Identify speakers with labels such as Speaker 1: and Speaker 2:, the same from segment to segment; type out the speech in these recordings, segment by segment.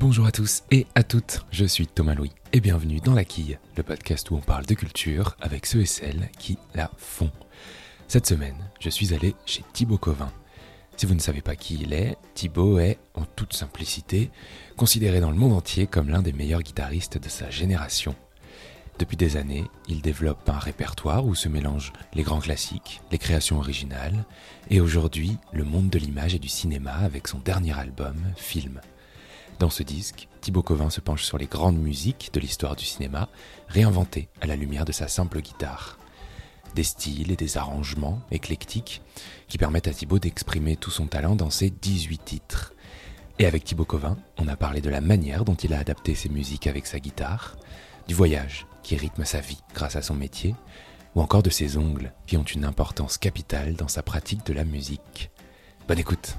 Speaker 1: Bonjour à tous et à toutes, je suis Thomas Louis et bienvenue dans La Quille, le podcast où on parle de culture avec ceux et celles qui la font. Cette semaine, je suis allé chez Thibaut Covin. Si vous ne savez pas qui il est, Thibaut est, en toute simplicité, considéré dans le monde entier comme l'un des meilleurs guitaristes de sa génération. Depuis des années, il développe un répertoire où se mélangent les grands classiques, les créations originales, et aujourd'hui, le monde de l'image et du cinéma avec son dernier album, Film. Dans ce disque, Thibaut Covin se penche sur les grandes musiques de l'histoire du cinéma, réinventées à la lumière de sa simple guitare. Des styles et des arrangements éclectiques qui permettent à Thibaut d'exprimer tout son talent dans ses 18 titres. Et avec Thibaut Covin, on a parlé de la manière dont il a adapté ses musiques avec sa guitare, du voyage qui rythme sa vie grâce à son métier, ou encore de ses ongles qui ont une importance capitale dans sa pratique de la musique. Bonne écoute!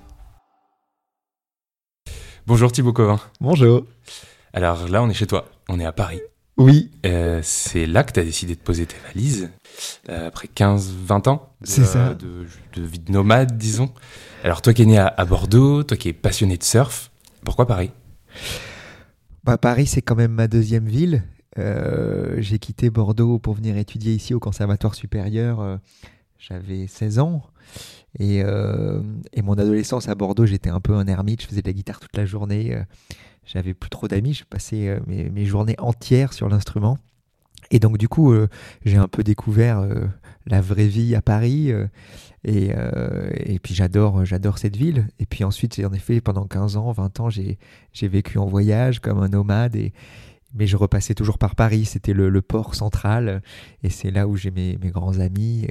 Speaker 1: Bonjour Thibaut Covin.
Speaker 2: Bonjour.
Speaker 1: Alors là, on est chez toi, on est à Paris.
Speaker 2: Oui.
Speaker 1: C'est là que tu as décidé de poser tes valises, après 15-20 ans de vie de nomade, disons. Alors toi qui es né à Bordeaux, toi qui es passionné de surf, pourquoi Paris ?
Speaker 2: Paris, c'est quand même ma deuxième ville. J'ai quitté Bordeaux pour venir étudier ici au Conservatoire supérieur. J'avais 16 ans. Et mon adolescence à Bordeaux, j'étais un peu un ermite, je faisais de la guitare toute la journée, j'avais plus trop d'amis, je passais mes journées entières sur l'instrument. Et donc du coup, j'ai un peu découvert la vraie vie à Paris, et puis j'adore cette ville. Et puis ensuite, en effet, pendant 15 ans, 20 ans, j'ai vécu en voyage comme un nomade, mais je repassais toujours par Paris, c'était le port central, et c'est là où j'ai mes grands amis.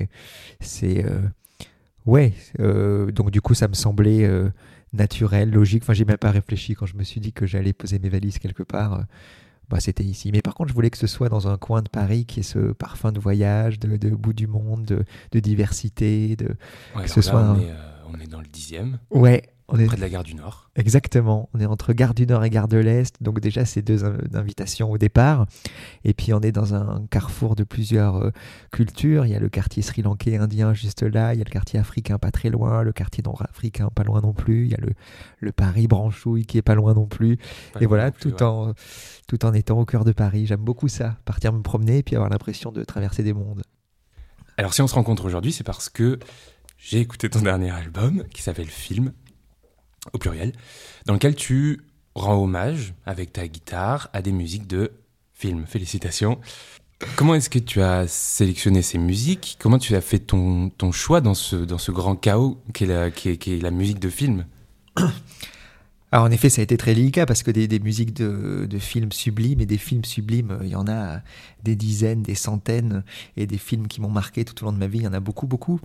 Speaker 2: Donc du coup ça me semblait naturel, logique. Enfin, j'ai même pas réfléchi quand je me suis dit que j'allais poser mes valises quelque part. C'était ici. Mais par contre, je voulais que ce soit dans un coin de Paris qui ait ce parfum de voyage, de bout du monde, de diversité.
Speaker 1: Ouais, on est dans le 10e.
Speaker 2: Ouais.
Speaker 1: Près de la gare du Nord.
Speaker 2: Exactement, on est entre gare du Nord et gare de l'Est, donc déjà c'est deux invitations au départ, et puis on est dans un carrefour de plusieurs cultures. Il y a le quartier sri-lankais indien juste là, il y a le quartier africain pas très loin, le quartier nord-africain pas loin non plus, il y a le Paris branchouille qui est pas loin non plus, et voilà, tout en étant au cœur de Paris. J'aime beaucoup ça, partir me promener et puis avoir l'impression de traverser des mondes.
Speaker 1: Alors si on se rencontre aujourd'hui, c'est parce que j'ai écouté ton dernier album qui s'appelle Film, au pluriel, dans lequel tu rends hommage, avec ta guitare, à des musiques de films. Félicitations. Comment est-ce que tu as sélectionné ces musiques ? Comment tu as fait ton choix dans ce grand chaos qu'est la musique de film ?
Speaker 2: Alors en effet, ça a été très délicat parce que des musiques de films sublimes, et des films sublimes, il y en a des dizaines, des centaines, et des films qui m'ont marqué tout au long de ma vie, il y en a beaucoup, beaucoup.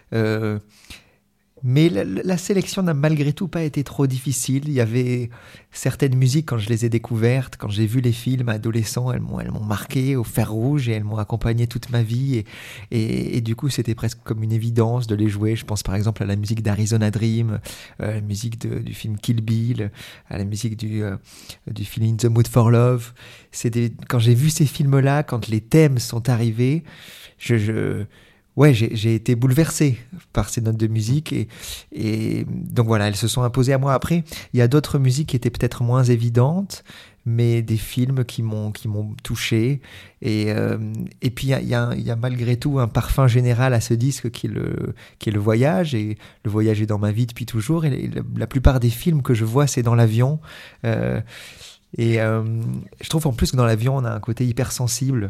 Speaker 2: Mais la sélection n'a malgré tout pas été trop difficile. Il y avait certaines musiques, quand je les ai découvertes, quand j'ai vu les films adolescents, elles m'ont marqué au fer rouge et elles m'ont accompagné toute ma vie. Et du coup, c'était presque comme une évidence de les jouer. Je pense par exemple à la musique d'Arizona Dream, la musique du film Kill Bill, à la musique du film In the Mood for Love. Quand j'ai vu ces films-là, quand les thèmes sont arrivés, j'ai été bouleversé par ces notes de musique, et donc voilà, elles se sont imposées à moi. Après, il y a d'autres musiques qui étaient peut-être moins évidentes, mais des films qui m'ont touché, et puis il y a malgré tout un parfum général à ce disque qui est le voyage, et le voyage est dans ma vie depuis toujours, et la plupart des films que je vois, c'est dans l'avion, et je trouve en plus que dans l'avion, on a un côté hypersensible.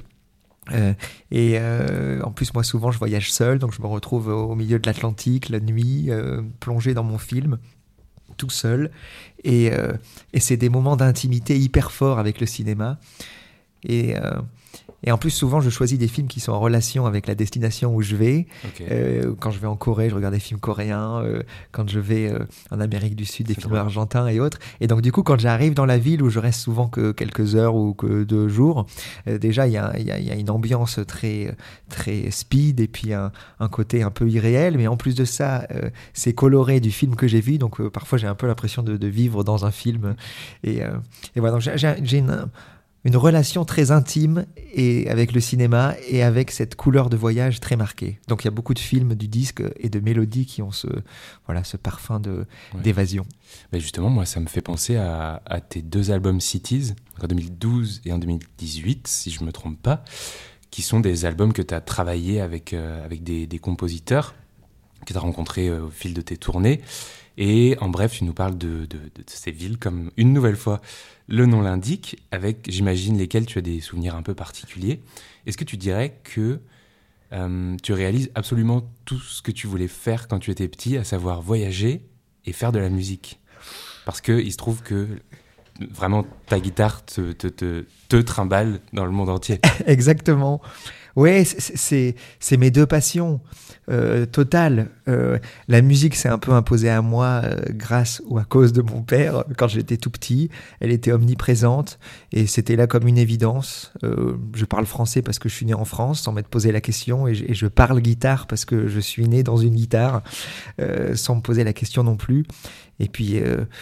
Speaker 2: En plus moi souvent je voyage seul, donc je me retrouve au milieu de l'Atlantique la nuit, plongé dans mon film tout seul, et c'est des moments d'intimité hyper forts avec le cinéma, et en plus souvent je choisis des films qui sont en relation avec la destination où je vais. Okay. Quand je vais en Corée, je regarde des films coréens, quand je vais en Amérique du Sud, des films argentins et autres, et donc du coup quand j'arrive dans la ville où je reste souvent que quelques heures ou que 2 jours, déjà il y a une ambiance très, très speed, et puis un côté un peu irréel, mais en plus de ça c'est coloré du film que j'ai vu, donc parfois j'ai un peu l'impression de vivre dans un film, et voilà, donc j'ai une relation très intime et avec le cinéma et avec cette couleur de voyage très marquée. Donc il y a beaucoup de films du disque et de mélodies qui ont ce parfum d'évasion.
Speaker 1: Mais justement, moi, ça me fait penser à tes 2 albums Cities, en 2012 et en 2018, si je ne me trompe pas, qui sont des albums que tu as travaillé avec des compositeurs que tu as rencontrés au fil de tes tournées. Et en bref, tu nous parles de ces villes comme, une nouvelle fois, le nom l'indique, avec, j'imagine, lesquelles tu as des souvenirs un peu particuliers. Est-ce que tu dirais que tu réalises absolument tout ce que tu voulais faire quand tu étais petit, à savoir voyager et faire de la musique? Parce qu'il se trouve que vraiment ta guitare te trimballe dans le monde entier.
Speaker 2: Exactement. Ouais, c'est mes 2 passions totales. La musique s'est un peu imposée à moi grâce ou à cause de mon père. Quand j'étais tout petit, elle était omniprésente et c'était là comme une évidence. Je parle français parce que je suis né en France, sans m'être posé la question, et je parle guitare parce que je suis né dans une guitare, sans me poser la question non plus. Et puis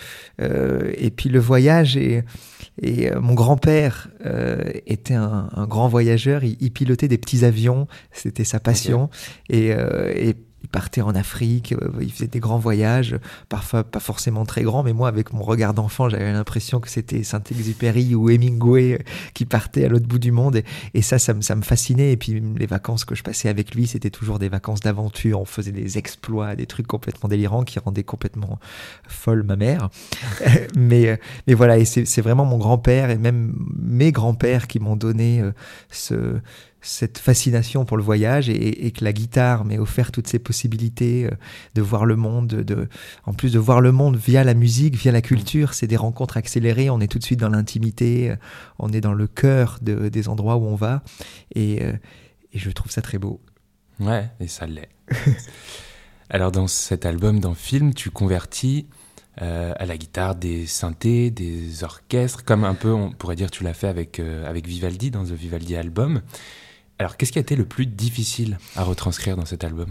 Speaker 2: le voyage et mon grand-père était un grand voyageur. Il pilotait des petits avions, c'était sa passion. Okay. Et il partait en Afrique, il faisait des grands voyages, parfois pas forcément très grands, mais moi, avec mon regard d'enfant, j'avais l'impression que c'était Saint-Exupéry ou Hemingway qui partaient à l'autre bout du monde. Et ça me fascinait. Et puis les vacances que je passais avec lui, c'était toujours des vacances d'aventure. On faisait des exploits, des trucs complètement délirants qui rendaient complètement folle ma mère. mais voilà, et c'est vraiment mon grand-père et même mes grands-pères qui m'ont donné cette fascination pour le voyage, et que la guitare m'ait offert toutes ces possibilités de voir le monde, en plus de voir le monde via la musique, via la culture. C'est des rencontres accélérées, on est tout de suite dans l'intimité, on est dans le cœur des endroits où on va, et je trouve ça très beau.
Speaker 1: Ouais, et ça l'est. Alors dans cet album, dans Film, tu convertis à la guitare des synthés, des orchestres, comme un peu, on pourrait dire, tu l'as fait avec Vivaldi dans The Vivaldi Album. Alors, qu'est-ce qui a été le plus difficile à retranscrire dans cet album ?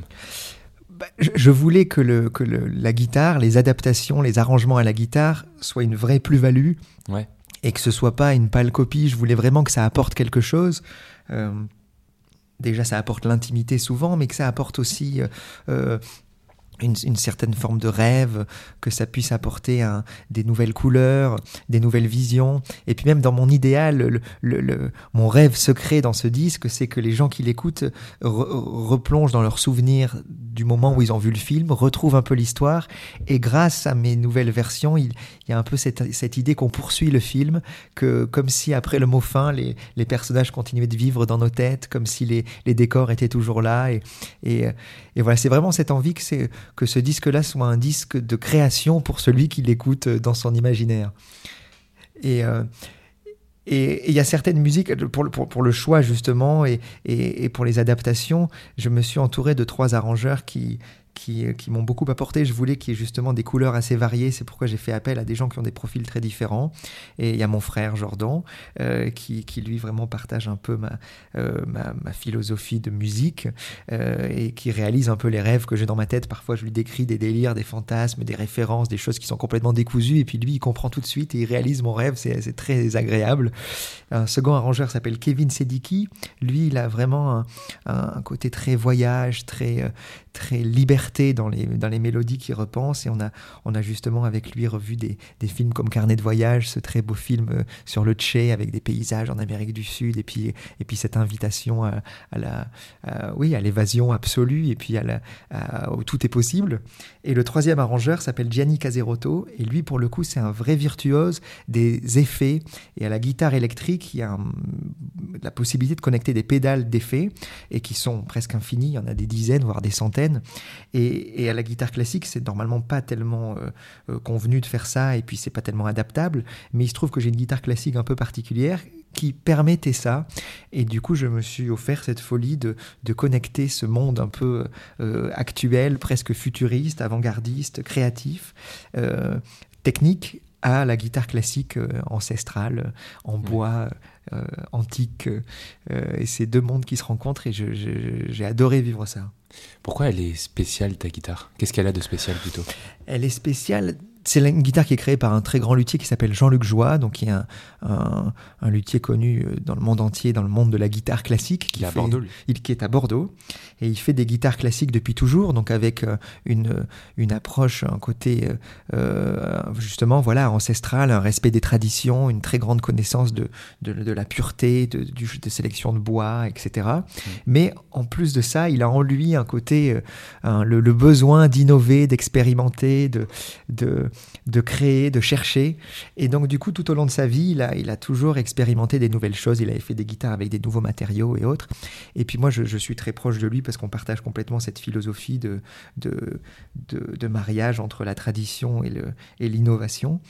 Speaker 2: Je voulais que la guitare, les adaptations, les arrangements à la guitare soient une vraie plus-value,
Speaker 1: ouais.
Speaker 2: Et que ce soit pas une pâle copie. Je voulais vraiment que ça apporte quelque chose. Déjà, ça apporte l'intimité souvent, mais que ça apporte aussi une certaine forme de rêve, que ça puisse apporter des nouvelles couleurs, des nouvelles visions. Et puis même dans mon idéal, mon rêve secret dans ce disque, c'est que les gens qui l'écoutent replongent dans leurs souvenirs du moment où ils ont vu le film, retrouvent un peu l'histoire, et grâce à mes nouvelles versions, il y a un peu cette idée qu'on poursuit le film, que comme si après le mot fin, les personnages continuaient de vivre dans nos têtes, comme si les décors étaient toujours là, et voilà, c'est vraiment cette envie que ce disque-là soit un disque de création pour celui qui l'écoute dans son imaginaire. Et il y a certaines musiques, pour le choix justement, et pour les adaptations, je me suis entouré de 3 arrangeurs qui m'ont beaucoup apporté. Je voulais qu'il y ait justement des couleurs assez variées. C'est pourquoi j'ai fait appel à des gens qui ont des profils très différents. Et il y a mon frère Jordan qui lui vraiment partage un peu ma philosophie de musique et qui réalise un peu les rêves que j'ai dans ma tête. Parfois je lui décris des délires, des fantasmes, des références, des choses qui sont complètement décousues, et puis lui il comprend tout de suite et il réalise mon rêve. C'est très agréable. Un second arrangeur s'appelle Kevin Sediki. Lui il a vraiment un côté très voyage, très liberté dans les mélodies qu'il repense, et on a justement avec lui revu des films comme Carnet de voyage, ce très beau film sur le Tché avec des paysages en Amérique du Sud, et puis cette invitation à l'évasion absolue, et puis où tout est possible. Et le troisième arrangeur s'appelle Gianni Caserotto, et lui pour le coup c'est un vrai virtuose des effets, et à la guitare électrique il y a la possibilité de connecter des pédales d'effets, et qui sont presque infinies, il y en a des dizaines voire des centaines. Et à la guitare classique, c'est normalement pas tellement convenu de faire ça, et puis c'est pas tellement adaptable, mais il se trouve que j'ai une guitare classique un peu particulière qui permettait ça, et du coup je me suis offert cette folie de connecter ce monde un peu actuel, presque futuriste, avant-gardiste, créatif, technique, à la guitare classique ancestrale, en bois, antique, et c'est 2 mondes qui se rencontrent, et j'ai adoré vivre ça.
Speaker 1: Pourquoi elle est spéciale, ta guitare ? Qu'est-ce qu'elle a de spécial plutôt ?
Speaker 2: Elle est spéciale c'est une guitare qui est créée par un très grand luthier qui s'appelle Jean-Luc Joie, donc qui est un luthier connu dans le monde entier, dans le monde de la guitare classique.
Speaker 1: Qui est à Bordeaux, lui.
Speaker 2: Qui est à Bordeaux. Et il fait des guitares classiques depuis toujours, donc avec une approche, un côté justement ancestral, un respect des traditions, une très grande connaissance de la pureté, de sélection de bois, etc. Mais en plus de ça, il a en lui un côté, le besoin d'innover, d'expérimenter, de créer, de chercher. Et donc du coup, tout au long de sa vie, il a toujours expérimenté des nouvelles choses. Il avait fait des guitares avec des nouveaux matériaux et autres. Et puis moi, je suis très proche de lui parce qu'on partage complètement cette philosophie de mariage entre la tradition et l'innovation.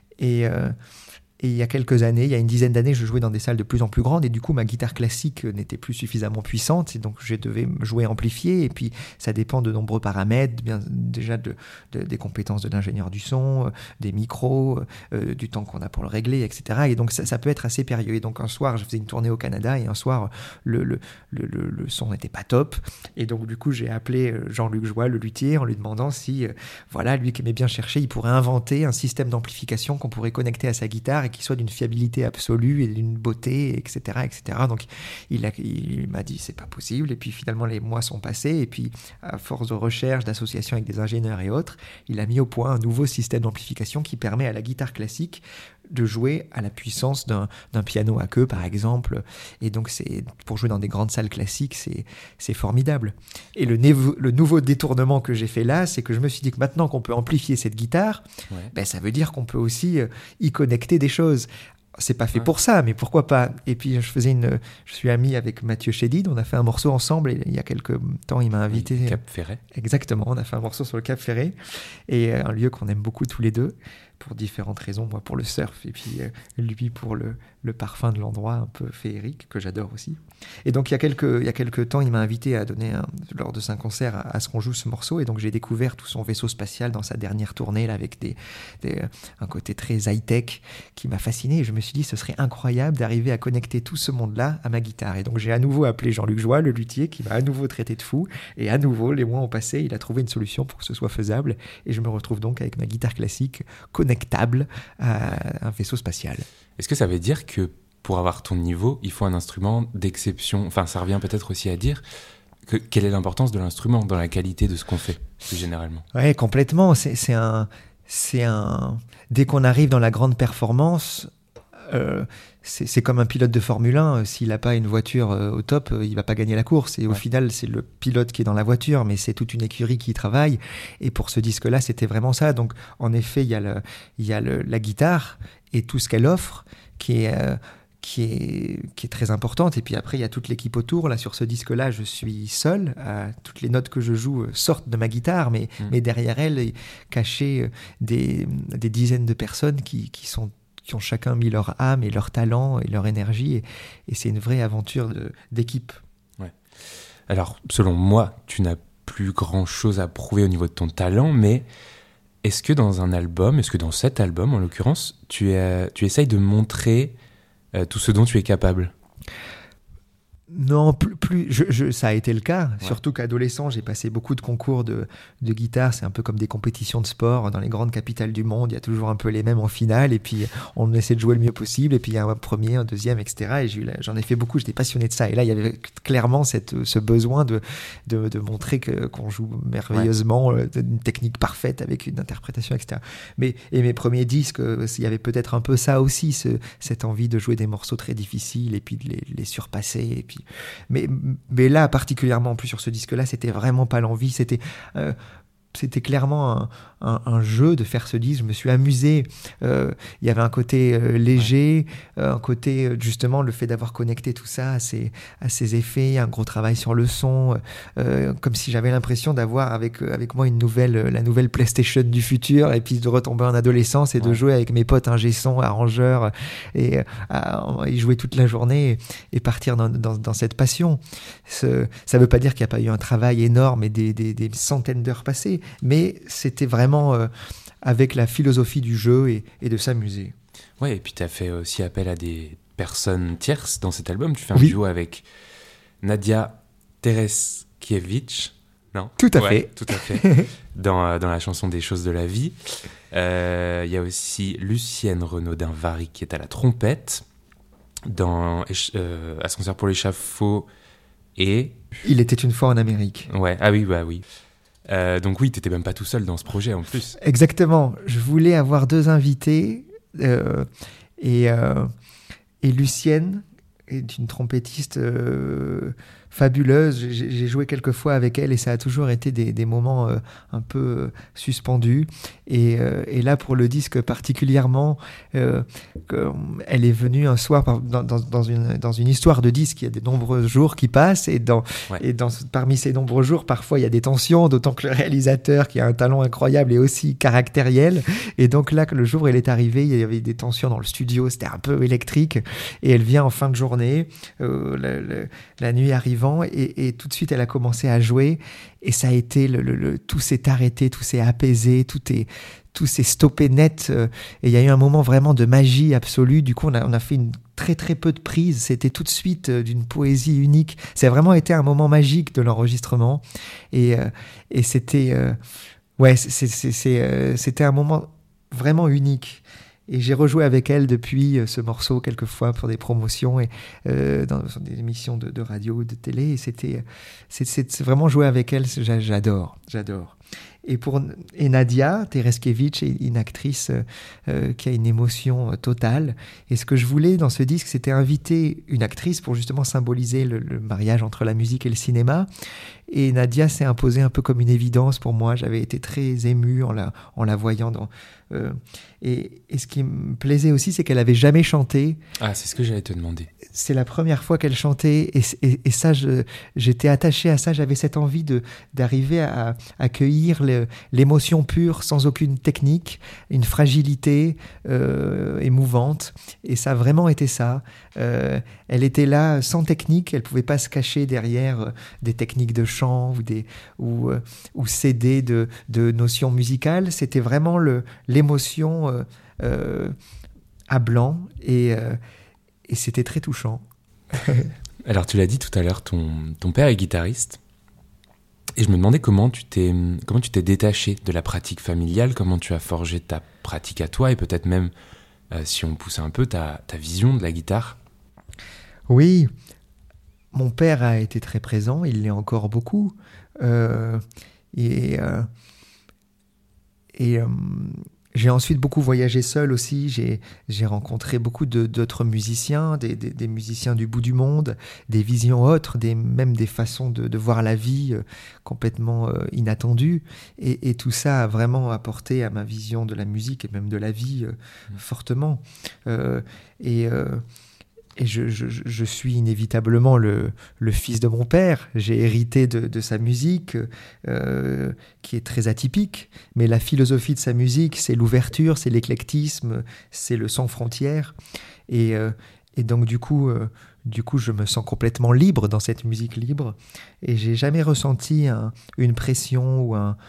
Speaker 2: Et il y a quelques années, il y a une dizaine d'années, je jouais dans des salles de plus en plus grandes et du coup, ma guitare classique n'était plus suffisamment puissante et donc je devais jouer amplifié et puis ça dépend de nombreux paramètres, déjà des compétences de l'ingénieur du son, des micros, du temps qu'on a pour le régler, etc. Et donc ça peut être assez périlleux. Et donc un soir, je faisais une tournée au Canada et un soir, le son n'était pas top et donc du coup, j'ai appelé Jean-Luc Joie, le luthier, en lui demandant si, lui qui aimait bien chercher, il pourrait inventer un système d'amplification qu'on pourrait connecter à sa guitare et qui soit d'une fiabilité absolue et d'une beauté, etc., etc. Donc il m'a dit c'est pas possible et puis finalement les mois sont passés et puis à force de recherche, d'association avec des ingénieurs et autres, il a mis au point un nouveau système d'amplification qui permet à la guitare classique de jouer à la puissance d'un piano à queue par exemple, et donc c'est pour jouer dans des grandes salles classiques, c'est formidable. Et le nouveau détournement que j'ai fait là, c'est que je me suis dit que maintenant qu'on peut amplifier cette guitare, ça veut dire qu'on peut aussi y connecter des choses. C'est pas fait pour ça, mais pourquoi pas. Et puis je suis ami avec Mathieu Chédid, on a fait un morceau ensemble et il y a quelques temps il m'a invité.
Speaker 1: Cap Ferret. Exactement,
Speaker 2: on a fait un morceau sur le Cap Ferret et un lieu qu'on aime beaucoup tous les deux pour différentes raisons, moi pour le surf et puis lui pour le parfum de l'endroit un peu féerique que j'adore aussi. Et donc il y a quelques temps il m'a invité à donner lors de un concert à ce qu'on joue ce morceau et donc j'ai découvert tout son vaisseau spatial dans sa dernière tournée là, avec un côté très high-tech qui m'a fasciné et je me suis dit ce serait incroyable d'arriver à connecter tout ce monde-là à ma guitare. Et donc j'ai à nouveau appelé Jean-Luc Joie, le luthier, qui m'a à nouveau traité de fou et à nouveau les mois ont passé, il a trouvé une solution pour que ce soit faisable et je me retrouve donc avec ma guitare classique connectable à un vaisseau spatial.
Speaker 1: Est-ce que ça veut dire que pour avoir ton niveau, il faut un instrument d'exception ? Enfin, ça revient peut-être aussi à dire quelle est l'importance de l'instrument dans la qualité de ce qu'on fait, plus généralement ?
Speaker 2: Oui, complètement. Dès qu'on arrive dans la grande performance, c'est comme un pilote de Formule 1. S'il n'a pas une voiture au top, il ne va pas gagner la course. Et au final, c'est le pilote qui est dans la voiture, mais c'est toute une écurie qui travaille. Et pour ce disque-là, c'était vraiment ça. Donc, en effet, il y a la guitare et tout ce qu'elle offre qui est très importante. Et puis après, il y a toute l'équipe autour. Là, sur ce disque-là, je suis seul. Toutes les notes que je joue sortent de ma guitare, mais derrière elle, cachées des dizaines de personnes qui ont chacun mis leur âme et leur talent et leur énergie. Et c'est une vraie aventure d'équipe.
Speaker 1: Ouais. Alors, selon moi, tu n'as plus grand-chose à prouver au niveau de ton talent, mais est-ce que dans cet album, en l'occurrence, tu essayes de montrer tout ce dont tu es capable ?
Speaker 2: Non, plus ça a été le cas. Ouais. Surtout qu'adolescent, j'ai passé beaucoup de concours de guitare. C'est un peu comme des compétitions de sport. Dans les grandes capitales du monde, il y a toujours un peu les mêmes en finale. Et puis, on essaie de jouer le mieux possible. Et puis, il y a un premier, un deuxième, etc. Et j'en ai fait beaucoup. J'étais passionné de ça. Et là, il y avait clairement ce besoin de montrer qu'on joue merveilleusement, une technique parfaite avec une interprétation, etc. Et mes premiers disques, il y avait peut-être un peu ça aussi, cette envie de jouer des morceaux très difficiles et puis de les surpasser. Et puis mais là, particulièrement en plus sur ce disque-là, c'était vraiment pas l'envie, c'était clairement un jeu de faire ce disque. Je me suis amusé. Il y avait un côté léger, un côté justement le fait d'avoir connecté tout ça à ces effets, un gros travail sur le son, comme si j'avais l'impression d'avoir avec moi la nouvelle PlayStation du futur, et puis de retomber en adolescence et de jouer avec mes potes ingé son, arrangeurs, et y jouer toute la journée et partir dans cette passion. Ça veut pas dire qu'il n'y a pas eu un travail énorme et des centaines d'heures passées, mais c'était vraiment avec la philosophie du jeu et de s'amuser.
Speaker 1: Ouais, et puis tu as fait aussi appel à des personnes tierces dans cet album. Tu fais un duo avec Nadia Tereskiewicz, non ?
Speaker 2: Tout à fait.
Speaker 1: Tout à fait. dans la chanson Des choses de la vie. Il y a aussi Lucienne Renaudin-Vary qui est à la trompette dans Ascenseur pour l'échafaud et...
Speaker 2: Il était une fois en Amérique.
Speaker 1: Ouais, ah oui, bah oui. Donc oui, t'étais même pas tout seul dans ce projet en plus.
Speaker 2: Exactement. Je voulais avoir 2 invités et Lucienne est une trompettiste fabuleuse. J'ai joué quelques fois avec elle et ça a toujours été des moments un peu suspendus. Et là, pour le disque particulièrement, elle est venue un soir dans une histoire de disque. Il y a de nombreux jours qui passent et parmi ces nombreux jours, parfois il y a des tensions, d'autant que le réalisateur, qui a un talent incroyable, est aussi caractériel. Et donc là, le jour où elle est arrivée, il y avait des tensions dans le studio, c'était un peu électrique. Et elle vient en fin de journée, la nuit arrivant, et tout de suite elle a commencé à jouer. Et ça a été, tout s'est arrêté, tout s'est apaisé, tout s'est stoppé net. Et il y a eu un moment vraiment de magie absolue. Du coup, on a fait très très peu de prises. C'était tout de suite d'une poésie unique. Ça a vraiment été un moment magique de l'enregistrement. Et c'était, c'était un moment vraiment unique. Et j'ai rejoué avec elle depuis ce morceau quelques fois pour des promotions et dans des émissions de radio ou de télé. Et c'est vraiment jouer avec elle, j'adore. Et Nadia Tereskevich est une actrice qui a une émotion totale. Et ce que je voulais dans ce disque, c'était inviter une actrice pour justement symboliser le mariage entre la musique et le cinéma. Et Nadia s'est imposée un peu comme une évidence pour moi. J'avais été très ému en la voyant et ce qui me plaisait aussi, c'est qu'elle avait jamais chanté.
Speaker 1: Ah, c'est ce que j'allais te demander.
Speaker 2: C'est la première fois qu'elle chantait et ça, j'étais attaché à ça. J'avais cette envie d'arriver à accueillir l'émotion pure sans aucune technique, une fragilité émouvante. Et ça a vraiment été ça. Elle était là sans technique. Elle pouvait pas se cacher derrière des techniques de chant ou céder de notions musicales. C'était vraiment l'émotion à blanc et c'était très touchant.
Speaker 1: Alors tu l'as dit tout à l'heure, ton père est guitariste et je me demandais comment tu t'es détaché de la pratique familiale, comment tu as forgé ta pratique à toi et peut-être même, si on pousse un peu, ta vision de la guitare.
Speaker 2: Oui, mon père a été très présent, il l'est encore beaucoup. J'ai ensuite beaucoup voyagé seul aussi. J'ai rencontré beaucoup d'autres musiciens, des musiciens du bout du monde, des visions autres, même des façons de voir la vie complètement inattendues. Et tout ça a vraiment apporté à ma vision de la musique et même de la vie fortement. Et je suis inévitablement le fils de mon père. J'ai hérité de sa musique, qui est très atypique. Mais la philosophie de sa musique, c'est l'ouverture, c'est l'éclectisme, c'est le sans frontières. Et donc du coup, je me sens complètement libre dans cette musique libre. Et j'ai jamais ressenti une pression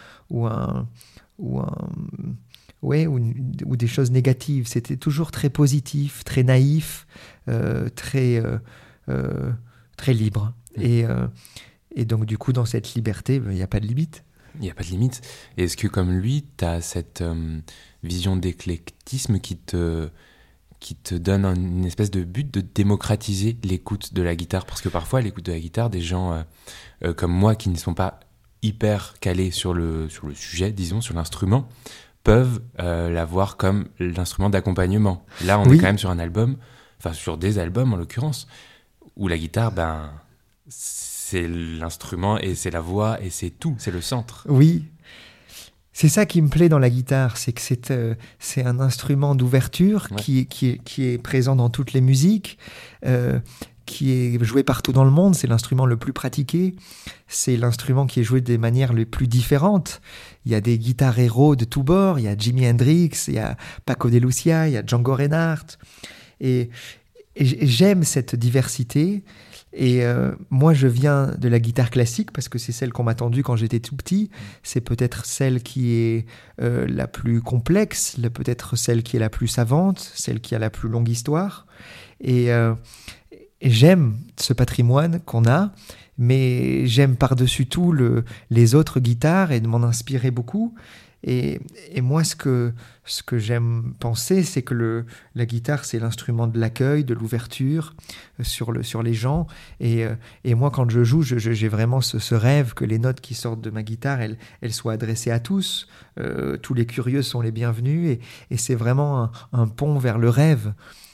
Speaker 2: ou des choses négatives. C'était toujours très positif, très naïf, très libre. Et donc, du coup, dans cette liberté, il n'y a pas de limite.
Speaker 1: Il n'y a pas de limite. Et est-ce que, comme lui, tu as cette vision d'éclectisme qui te donne une espèce de but de démocratiser l'écoute de la guitare? Parce que parfois, l'écoute de la guitare, des gens comme moi qui ne sont pas hyper calés sur le sujet, disons, sur l'instrument, peuvent la voir comme l'instrument d'accompagnement. Là, on est quand même sur un album, enfin sur des albums en l'occurrence, où la guitare, c'est l'instrument et c'est la voix et c'est tout, c'est le centre.
Speaker 2: Oui, c'est ça qui me plaît dans la guitare, c'est que c'est un instrument d'ouverture qui est présent dans toutes les musiques, qui est joué partout dans le monde, c'est l'instrument le plus pratiqué, c'est l'instrument qui est joué des manières les plus différentes. Il y a des guitares héros de tous bords, il y a Jimi Hendrix, il y a Paco de Lucia, il y a Django Reinhardt. Et j'aime cette diversité. Et moi, je viens de la guitare classique parce que c'est celle qu'on m'a tendue quand j'étais tout petit. C'est peut-être celle qui est la plus complexe, peut-être celle qui est la plus savante, celle qui a la plus longue histoire. Et j'aime ce patrimoine qu'on a, mais j'aime par-dessus tout les autres guitares et de m'en inspirer beaucoup. et moi, ce que j'aime penser, c'est que la guitare, c'est l'instrument de l'accueil, de l'ouverture sur les gens. Et moi, quand je joue, j'ai vraiment ce rêve que les notes qui sortent de ma guitare, elles soient adressées à tous. Tous les curieux sont les bienvenus. Et c'est vraiment un pont vers le rêve.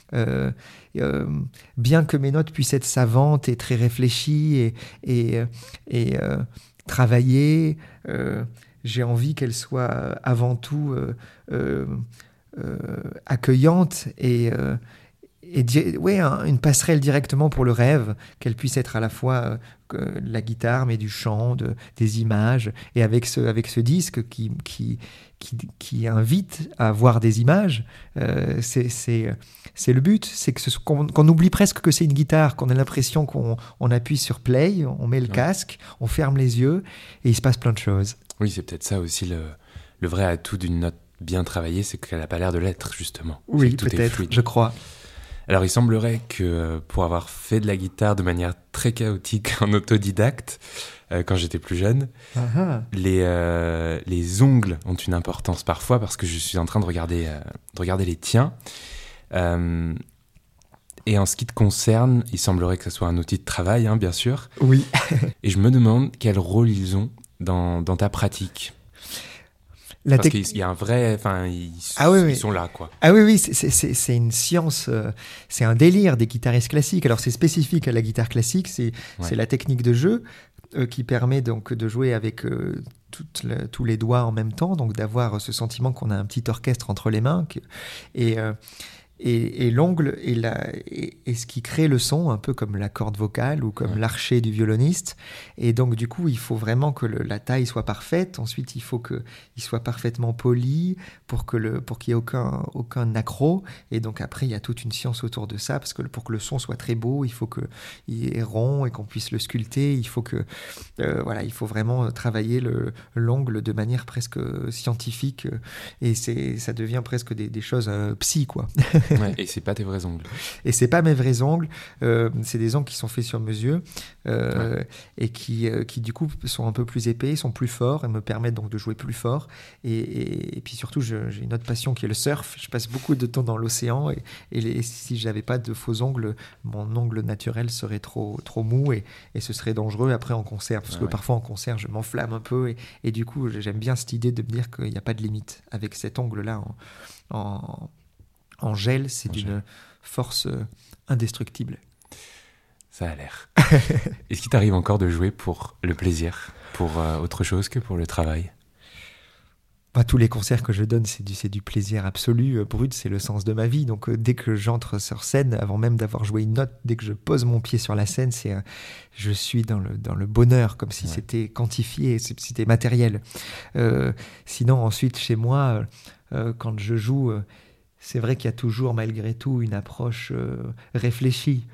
Speaker 2: Bien que mes notes puissent être savantes et très réfléchies et travaillées, j'ai envie qu'elles soient avant tout accueillantes et une passerelle directement pour le rêve, qu'elle puisse être à la fois la guitare, mais du chant, des images, et avec ce disque qui invite à voir des images, c'est le but, c'est qu'on oublie presque que c'est une guitare, qu'on a l'impression qu'on appuie sur play, on met le casque, on ferme les yeux, et il se passe plein de choses.
Speaker 1: Oui, c'est peut-être ça aussi le vrai atout d'une note bien travaillée, c'est qu'elle n'a pas l'air de l'être, justement.
Speaker 2: Oui, peut-être, je crois.
Speaker 1: Alors, il semblerait que pour avoir fait de la guitare de manière très chaotique en autodidacte, quand j'étais plus jeune, les ongles ont une importance parfois parce que je suis en train de regarder les tiens. Et en ce qui te concerne, il semblerait que ce soit un outil de travail, bien sûr.
Speaker 2: Oui. Et
Speaker 1: je me demande quel rôle ils ont dans ta pratique. Parce qu'il y a un vrai... Enfin, ils sont là, quoi.
Speaker 2: Ah oui, c'est une science, c'est un délire des guitaristes classiques. Alors, c'est spécifique à la guitare classique, c'est la technique de jeu qui permet donc de jouer avec tous les doigts en même temps, donc d'avoir ce sentiment qu'on a un petit orchestre entre les mains. Et l'ongle est ce qui crée le son, un peu comme la corde vocale ou comme l'archet du violoniste. Et donc, du coup, il faut vraiment que la taille soit parfaite. Ensuite, il faut qu'il soit parfaitement poli pour qu'il n'y ait aucun accroc. Et donc, après, il y a toute une science autour de ça, parce que pour que le son soit très beau, il faut qu'il est rond et qu'on puisse le sculpter. Il faut il faut vraiment travailler l'ongle de manière presque scientifique. Et ça devient presque des choses psy, quoi.
Speaker 1: Ouais, et c'est pas tes vrais ongles.
Speaker 2: Et c'est pas mes vrais ongles, c'est des ongles qui sont faits sur mesure et qui du coup sont un peu plus épais, sont plus forts et me permettent donc de jouer plus fort. Et puis surtout, j'ai une autre passion qui est le surf. Je passe beaucoup de temps dans l'océan et si j'avais pas de faux ongles, mon ongle naturel serait trop mou et ce serait dangereux après en concert. Parce que parfois en concert, je m'enflamme un peu et du coup, j'aime bien cette idée de me dire qu'il n'y a pas de limite avec cet ongle-là en gel, c'est d'une force indestructible.
Speaker 1: Ça a l'air. Est-ce qu'il t'arrive encore de jouer pour le plaisir, pour autre chose que pour le travail ?
Speaker 2: Tous les concerts que je donne, c'est du plaisir absolu. Brut, c'est le sens de ma vie. Donc, dès que j'entre sur scène, avant même d'avoir joué une note, dès que je pose mon pied sur la scène, je suis dans le bonheur, comme si c'était quantifié, c'était matériel. Sinon, ensuite, chez moi, quand je joue... c'est vrai qu'il y a toujours, malgré tout, une approche réfléchie.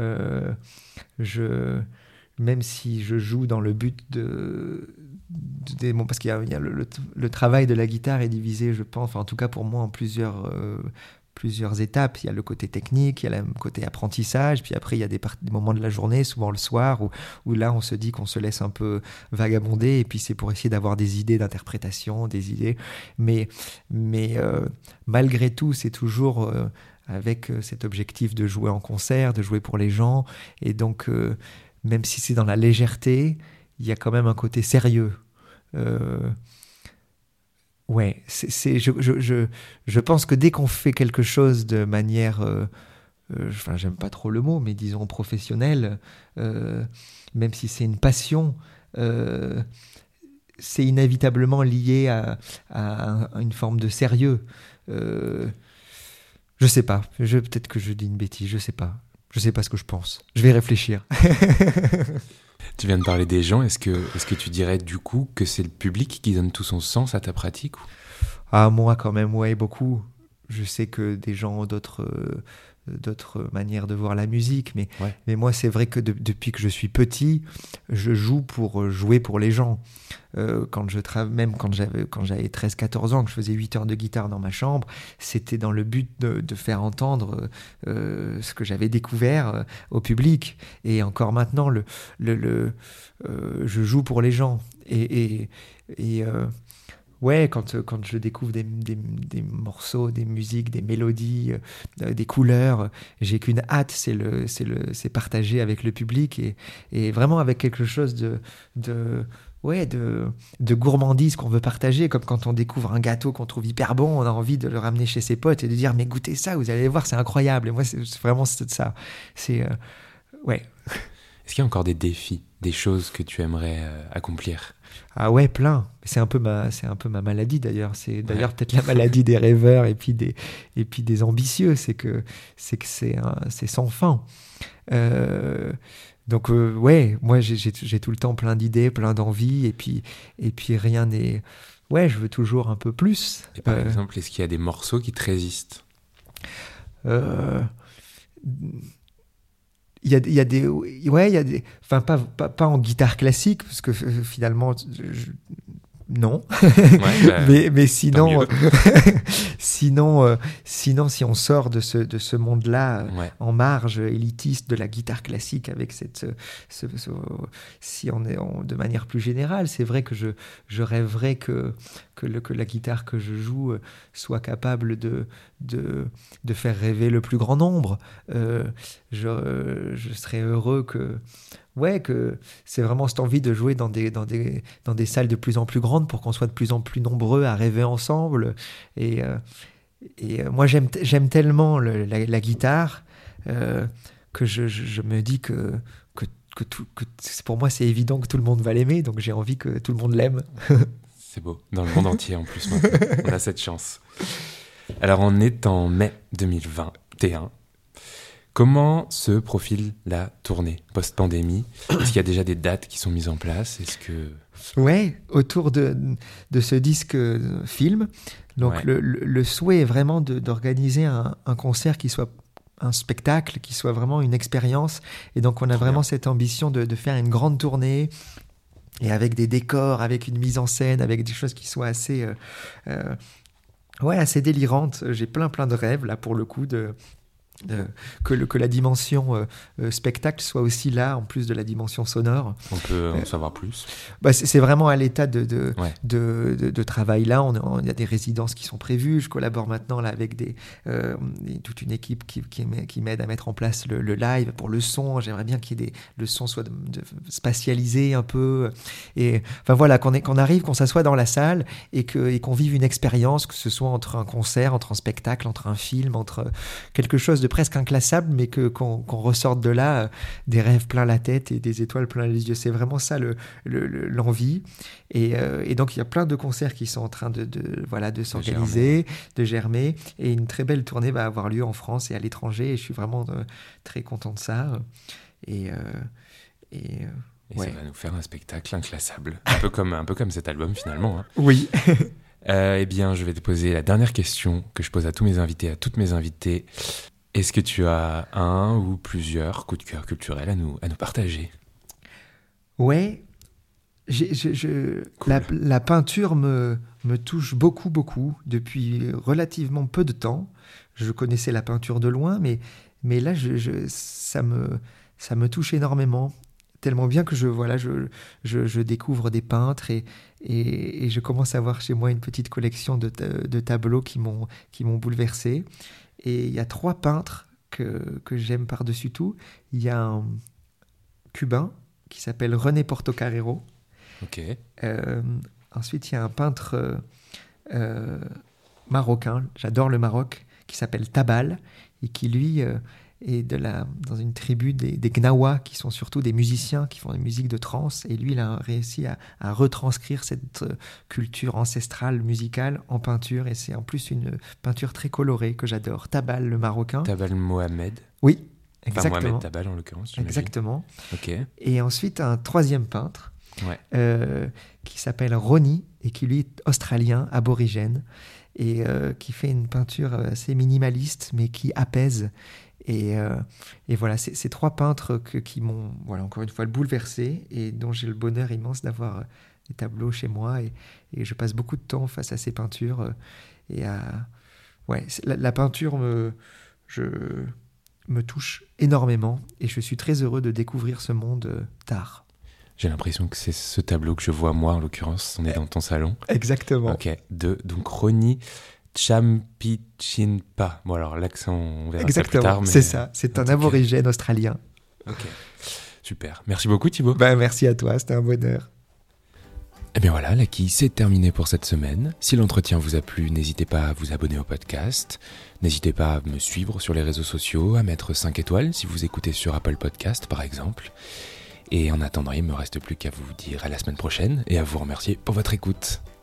Speaker 2: Même si je joue dans le but parce qu'il y a le travail de la guitare est divisé, je pense, enfin en tout cas pour moi, en plusieurs étapes. Il y a le côté technique, il y a le côté apprentissage, puis après il y a des moments de la journée, souvent le soir, où là on se dit qu'on se laisse un peu vagabonder, et puis c'est pour essayer d'avoir des idées d'interprétation, des idées, mais malgré tout c'est toujours avec cet objectif de jouer en concert, de jouer pour les gens, et donc même si c'est dans la légèreté, il y a quand même un côté sérieux. Je pense que dès qu'on fait quelque chose de manière, j'aime pas trop le mot, mais disons professionnelle, même si c'est une passion, c'est inévitablement lié à une forme de sérieux. Je sais pas, peut-être que je dis une bêtise, je sais pas ce que je pense. Je vais réfléchir.
Speaker 1: Tu viens de parler des gens, est-ce que tu dirais du coup que c'est le public qui donne tout son sens à ta pratique ?
Speaker 2: Moi quand même, beaucoup. Je sais que des gens ont d'autres manières de voir la musique, mais moi c'est vrai que depuis que je suis petit, je joue pour jouer pour les gens. Quand j'avais 13-14 ans, que je faisais 8 heures de guitare dans ma chambre, c'était dans le but de faire entendre ce que j'avais découvert au public. Et encore maintenant, je joue pour les gens. Et Ouais, quand je découvre des morceaux, des musiques, des mélodies, des couleurs, j'ai qu'une hâte, c'est partager avec le public et vraiment avec quelque chose de, ouais, de gourmandise qu'on veut partager, comme quand on découvre un gâteau qu'on trouve hyper bon, on a envie de le ramener chez ses potes et de dire mais goûtez ça, vous allez voir, c'est incroyable. Et moi, c'est vraiment ça. C'est ouais.
Speaker 1: Est-ce qu'il y a encore des défis, des choses que tu aimerais accomplir?
Speaker 2: Ah ouais, plein. C'est un peu ma maladie d'ailleurs. C'est d'ailleurs peut-être la maladie des rêveurs et puis des ambitieux. C'est sans fin. Donc ouais, moi j'ai tout le temps plein d'idées, plein d'envies et puis rien n'est. Ouais, je veux toujours un peu plus.
Speaker 1: Et par exemple, est-ce qu'il y a des morceaux qui te résistent?
Speaker 2: Il y a des, enfin pas en guitare classique parce que finalement, non.
Speaker 1: Ouais,
Speaker 2: mais sinon, sinon, si on sort de ce monde-là en marge élitiste de la guitare classique avec si on est de manière plus générale, c'est vrai que je rêverais que la guitare que je joue soit capable de faire rêver le plus grand nombre. Je serais heureux que c'est vraiment cette envie de jouer dans des salles de plus en plus grandes pour qu'on soit de plus en plus nombreux à rêver ensemble. Et moi, j'aime tellement la guitare que je me dis que pour moi, c'est évident que tout le monde va l'aimer, donc j'ai envie que tout le monde l'aime.
Speaker 1: C'est beau, dans le monde entier en plus, on a cette chance. Alors, on est en mai 2021. Comment se profile la tournée post-pandémie? Est-ce qu'il y a déjà des dates qui sont mises en place?
Speaker 2: Ouais, autour de ce disque film. Donc le souhait est vraiment d'organiser un concert qui soit un spectacle, qui soit vraiment une expérience. Et donc on a vraiment cette ambition de faire une grande tournée et avec des décors, avec une mise en scène, avec des choses qui soient assez délirantes. J'ai plein de rêves là pour le coup que la dimension spectacle soit aussi là en plus de la dimension sonore.
Speaker 1: On peut en savoir plus.
Speaker 2: C'est vraiment à l'état de travail là. Il y a des résidences qui sont prévues. Je collabore maintenant là avec toute une équipe qui m'aide à mettre en place le live pour le son. J'aimerais bien le son soit spatialisé un peu et enfin voilà qu'on arrive, qu'on s'assoit dans la salle et qu'on vive une expérience, que ce soit entre un concert, entre un spectacle, entre un film, entre quelque chose de presque inclassable, mais qu'on ressorte de là des rêves plein la tête et des étoiles plein les yeux. C'est vraiment ça l'envie. Et donc il y a plein de concerts qui sont en train de s'organiser, de germer. Et une très belle tournée va avoir lieu en France et à l'étranger. Et je suis vraiment très content de ça. Et
Speaker 1: ça va nous faire un spectacle inclassable. Un peu comme cet album finalement. Hein.
Speaker 2: Oui.
Speaker 1: Eh bien, je vais te poser la dernière question que je pose à tous mes invités, à toutes mes invitées. Est-ce que tu as un ou plusieurs coups de cœur culturels à nous partager?
Speaker 2: Ouais, cool. La peinture me touche beaucoup depuis relativement peu de temps. Je connaissais la peinture de loin, mais là, ça me touche énormément. Tellement bien que je découvre des peintres et je commence à avoir chez moi une petite collection de tableaux qui m'ont bouleversé. Et il y a 3 peintres que j'aime par-dessus tout. Il y a un Cubain qui s'appelle René Portocarrero.
Speaker 1: Ok.
Speaker 2: Ensuite, il y a un peintre marocain, j'adore le Maroc, qui s'appelle Tabal et qui, lui, est dans une tribu des Gnawa, qui sont surtout des musiciens qui font des musiques de trance. Et lui, il a réussi à retranscrire cette culture ancestrale musicale en peinture. Et c'est en plus une peinture très colorée que j'adore. Tabal, le Marocain.
Speaker 1: Tabal Mohamed.
Speaker 2: Oui, exactement.
Speaker 1: Enfin, Mohamed Tabal, en l'occurrence.
Speaker 2: Exactement.
Speaker 1: Ok.
Speaker 2: Et ensuite, un 3e peintre qui s'appelle Ronnie et qui, lui, est australien, aborigène, et qui fait une peinture assez minimaliste, mais qui apaise. Et voilà, ces 3 peintres qui m'ont, encore une fois, bouleversé et dont j'ai le bonheur immense d'avoir des tableaux chez moi. Et je passe beaucoup de temps face à ces peintures. La peinture me touche énormément et je suis très heureux de découvrir ce monde d'art.
Speaker 1: J'ai l'impression que c'est ce tableau que je vois moi, en l'occurrence. On est dans ton salon.
Speaker 2: Exactement.
Speaker 1: Ok, donc Roni Champichinpa. Bon, alors l'accent, on verra ça plus tard. Mais...
Speaker 2: c'est ça. C'est un aborigène australien.
Speaker 1: Ok, super. Merci beaucoup Thibaut.
Speaker 2: Merci à toi, c'était un bonheur.
Speaker 1: Et bien voilà, la quille, c'est terminé pour cette semaine. Si l'entretien vous a plu, n'hésitez pas à vous abonner au podcast. N'hésitez pas à me suivre sur les réseaux sociaux, à mettre 5 étoiles si vous écoutez sur Apple Podcast par exemple. Et en attendant, il ne me reste plus qu'à vous dire à la semaine prochaine et à vous remercier pour votre écoute.